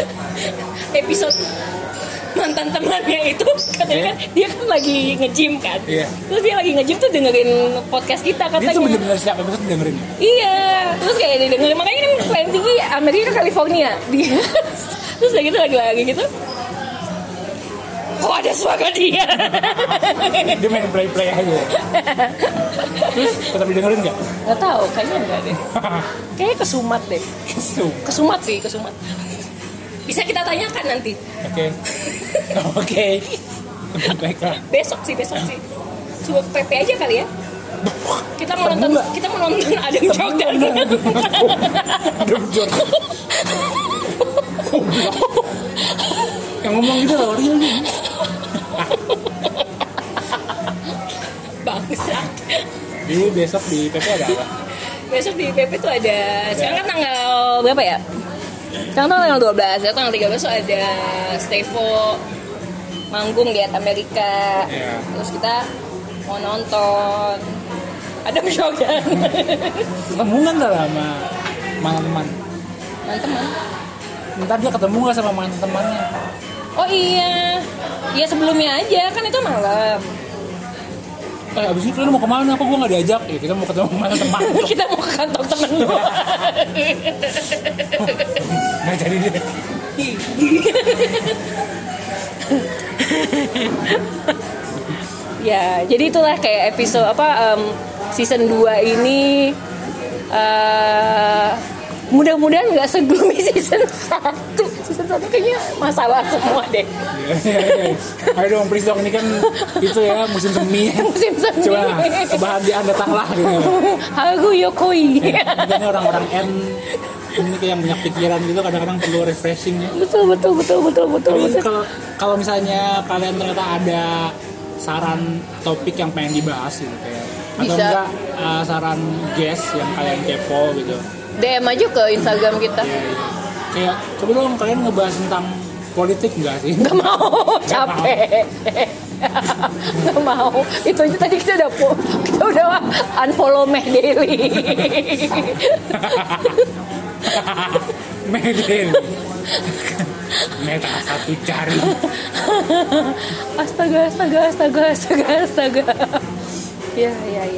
mantan temannya itu katanya kan dia kan lagi nge-gym kan. Iya. Terus dia lagi nge-gym tuh dengerin podcast kita katanya. Dia tuh bener-bener setiap episode dengerin. Iya. Terus kayak dia dengerin, makanya kan paling tinggi Amerika California. Dia terus kayak gitu lagi gitu. Kok ada suara dia? Dia main play aja. Terus tetap didengerin nggak? Nggak tahu, kayaknya enggak deh. Kayaknya kesumat deh. Kesumat. Bisa kita tanyakan nanti. Oke. Baiklah. Besok sih. Coba PP aja kali ya. Kita mau nonton ada yang Jordan. Adam Jordan. Yang ngomong gitu loh, real nih. Bangsat. Jadi besok di PP ada apa? Besok di PP tuh ada. Sekarang kan tanggal berapa ya? Sekarang tanggal 12, sekarang tanggal 13 tuh ada Stevo manggung di Amerika. Yeah. Terus kita mau nonton Adam Jordan. Ketemu kan sama teman-teman. Teman-teman. Ntar dia ketemu gak sama mantan temannya? Oh iya. Ya sebelumnya aja, kan itu malam. Abis itu kalian mau kemana? Kok gue gak diajak? Ya kita mau ketemu mantan teman. Kita mau ke kantor temen lu. Gak jadi dia. Ya, jadi itulah kayak episode season 2 ini mudah-mudahan nggak segloomy season 1. Season 1 kayaknya masalah semua deh. Ayo dong, please dong, ini kan itu ya musim semi. Musim semi. Coba kebahagiaan datanglah gitu. Haru yokoi. Ini orang-orang ini kayak yang banyak pikiran gitu, kadang-kadang perlu refreshing ya. Betul. Tapi kalau misalnya kalian ternyata ada saran topik yang pengen dibahas gitu kayak atau bisa. enggak saran guest yang kalian kepo gitu, DM aja ke Instagram kita. kayak coba dong kalian ngebahas tentang politik enggak sih? Gak mau, capek. Gak mau. Itu aja tadi kita udah unfollow Meh Daily. Meh Daily. Meta satu cari. Astaga. Ya.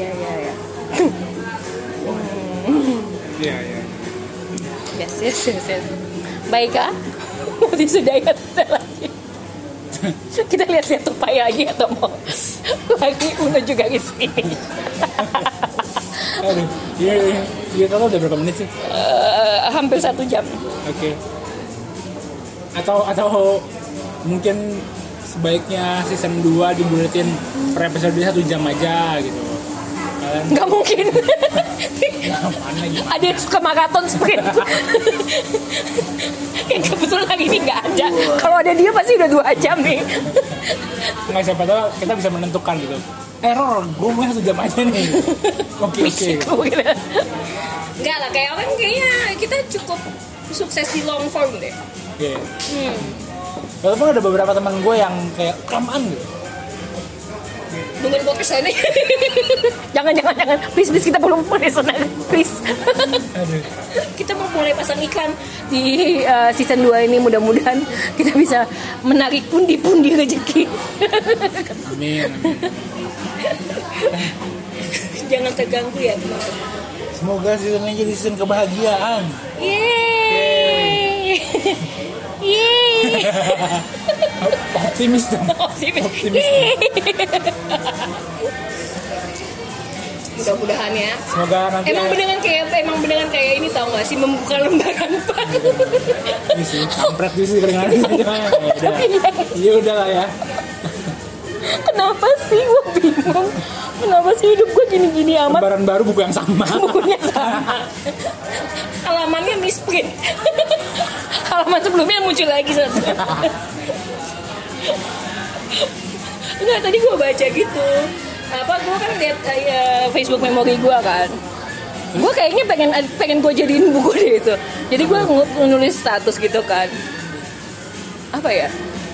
Iya. Yes. Baiklah. Mau disudahi atau lagi? Kita lihat-lihat tupai lagi atau mau lagi menuju garis ini? Aduh, iya total udah berapa menit sih? Hampir 1 jam. Oke. Atau mungkin sebaiknya season 2 dibulatin per episode 1 jam aja gitu. Nggak mungkin. Ada yang suka maraton sprint. Yang kebetulan hari ini nggak ada. Kalau ada dia pasti udah 2 jam nih. Nggak, siapa tahu kita bisa menentukan gitu. Error, gue mau 1 jam aja nih. Oke. Enggak lah, kayak orang kayaknya kita cukup sukses di long form deh. Iya. Walaupun ada beberapa teman gue yang kayak kelamaan gitu. Nungguin gue kesana. Jangan. Please, kita belum mulai sana. Please. Aduh. Kita mau mulai pasang iklan di season 2 ini. Mudah-mudahan kita bisa menarik pundi-pundi rezeki. Amin. Jangan terganggu ya teman-teman. Semoga season ini jadi season kebahagiaan. Yeay. Optimis dong. Optimis. Mudah-mudahan ya. Semoga nanti emang beneran kayak ini, tau gak sih, membuka lembaran baru. ini sih kampret sih kedengaran aja. Iya udah lah ya. Kenapa sih, gue bingung. Kenapa sih hidup gue gini-gini amat? Lembaran baru, buku yang sama. Bukunya sama. Halamannya misprint. Halaman sebelumnya muncul lagi satu. Enggak, tadi gue baca gitu. Gue kan lihat Facebook memory gue kan. Gue kayaknya pengen gue jadiin buku deh itu. Jadi gue nulis status gitu kan. Apa ya?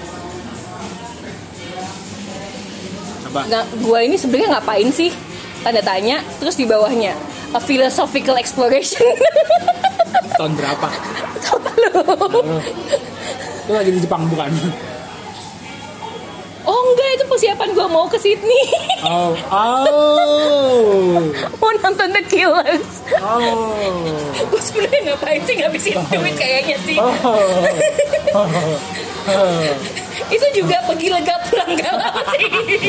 Gue ini sebenarnya ngapain sih? Tanda tanya. Terus di bawahnya a philosophical exploration. Tahun berapa? Apa lu? Itu lagi di Jepang bukan? Oh enggak, itu persiapan gue mau ke Sydney. Oh. Mau nonton The Killers. Gue sebenarnya ngapain sih ngabisin duit kayaknya sih. Itu juga pergi lega pulang galau sih.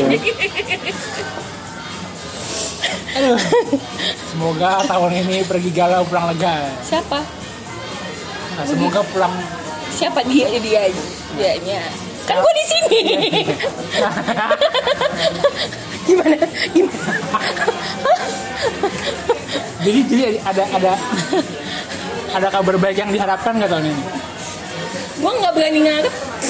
Aduh. Semoga tahun ini pergi galau pulang lega. Siapa? Nah, semoga pulang. Siapa dianya? Kan gue di sini. Gimana? Jadi ada kabar baik yang diharapkan nggak tahun ini? Gue nggak berani ngarep.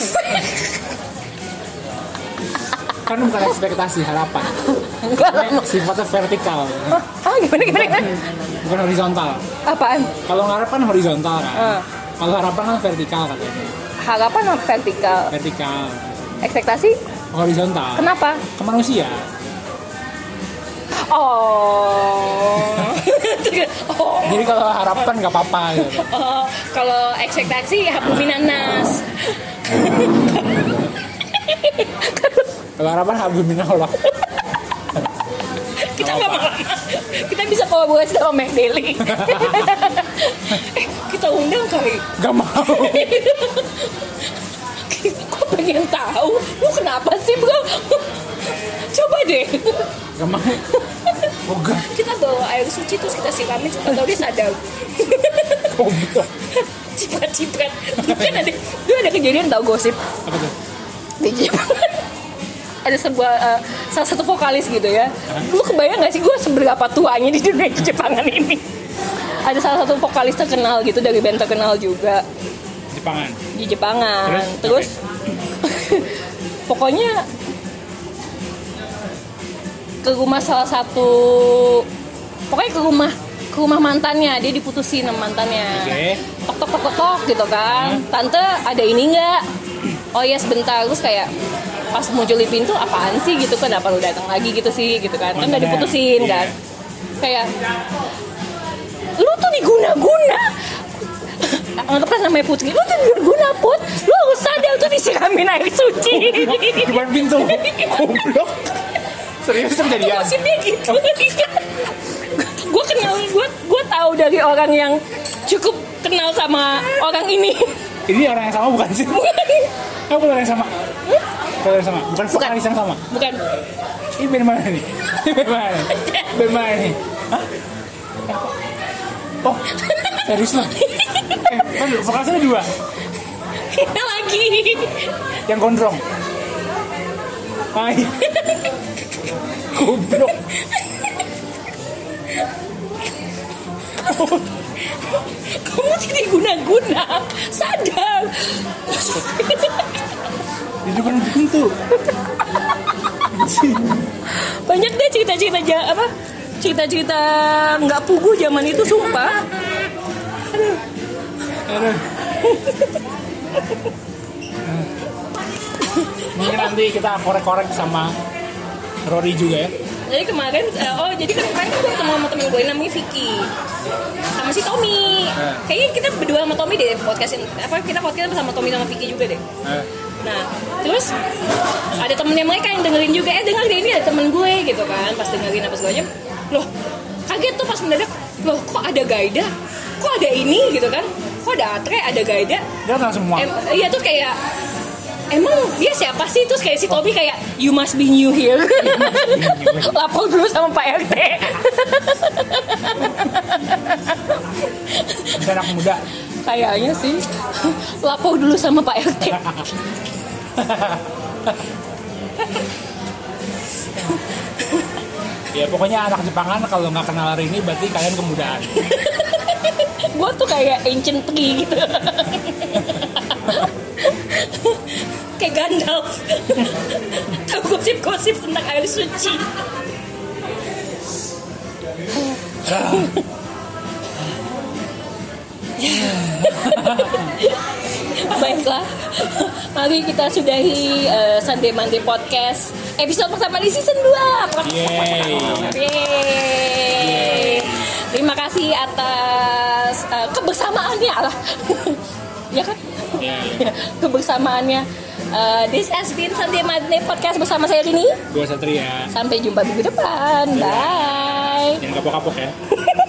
Kan bukan ekspektasi, harapan. Sifatnya vertikal. Gimana? Bukan horizontal. Apaan? Kalau ngarep kan horizontal kan. Kalau harapan kan vertikal katanya. Harapan apa vertikal? Vertikal. Ekspektasi? Horizontal. Kenapa? Ke manusia. Oh. Jadi kalau harapan nggak apa-apa gitu. Kalau ekspektasi habluminanas. Kalau harapan habluminallah. Kita nggak lama. Kita bisa kolaborasi sama Mac Daily. Kita undang kali. Gak mau. Kok pengen tahu? Lu kenapa sih bro? Coba deh. Gak mau. Ogah. Kita bawa air suci terus kita siramin supaya tahu dia sadar. Goblok. Ciprat. Kan ada kejadian tau gosip. Apa tuh? Di Jepang. Ada salah satu vokalis gitu ya. Lu kebayang gak sih gue seberapa tuanya di dunia Jepangan ini? Ada salah satu vokalis terkenal gitu dari band terkenal juga. Jepangan. Di Jepangan. Terus pokoknya ke rumah salah satu, pokoknya ke rumah mantannya, dia diputusin sama mantannya. Tok gitu kan. Tante ada ini nggak? Oh iya sebentar. Terus kayak pas muncul di pintu, apaan sih gitu, kenapa lu datang lagi gitu sih gitu kan udah diputusin kan. Kayak lu tuh diguna-guna. Anggaplah namanya Putri, lu tuh diguna Put, lu harus sadar tuh disiramin air suci di depan pintu. Goblok. Serius terjadi ya? Gosipnya gitu. Gue tahu dari orang yang cukup kenal sama orang ini. Ini orang yang sama bukan sih? Bukan orang yang sama. Bukan vokalis yang sama. Bukan. Ini band mana nih? Band mana nih? Hah? Oh, serius lo? Kan vokalisnya 2. Lagi. Yang gondrong. Hai. Goblok. Kamu tidak guna-guna. Sadar. Jadi bukan tentu. Banyak deh cerita-cerita cerita-cerita nggak pugu zaman itu, sumpah. Aduh. Mungkin nanti kita korek-korek sama Rory juga ya. Jadi kemarin, jadi kan kemarin gue ketemu sama temen gue namanya Vicky, sama si Tommy. Kayaknya kita berdua sama Tommy deh podcastin. Kita podcast sama Tommy sama Vicky juga deh. Nah, terus ada temennya mereka yang dengerin juga. Dengar deh, ini ada temen gue gitu kan. Pas dengerin apa segalanya, loh kaget tuh pas mendadak. Loh kok ada Gaida? Kok ada ini gitu kan? Kok ada Atre, ada Gaida? Dia tahu semua. Iya tuh kayak, emang dia siapa sih? Terus kayak si Tommy kayak, you must be new here. Lapor dulu sama Pak RT. Bisa anak muda. Kayaknya sih. Lapor dulu sama Pak RT. Ya pokoknya anak Jepangan kalau nggak kenal hari ini berarti kalian kemudaan. Gue tuh kayak ancient tree gitu. Kayak Gandalf. Tahu gosip-gosip tentang air suci. Baiklah, mari kita sudahi Sunday Monday Podcast episode pertama di season 2. Yeay. Terima kasih atas kebersamaannya lah. Ya kan? Kebersamaannya. This has been Sunday Monday Podcast bersama saya Dini. Gue Satria. Sampai jumpa minggu depan. Bye. Jangan kapok-kapok ya.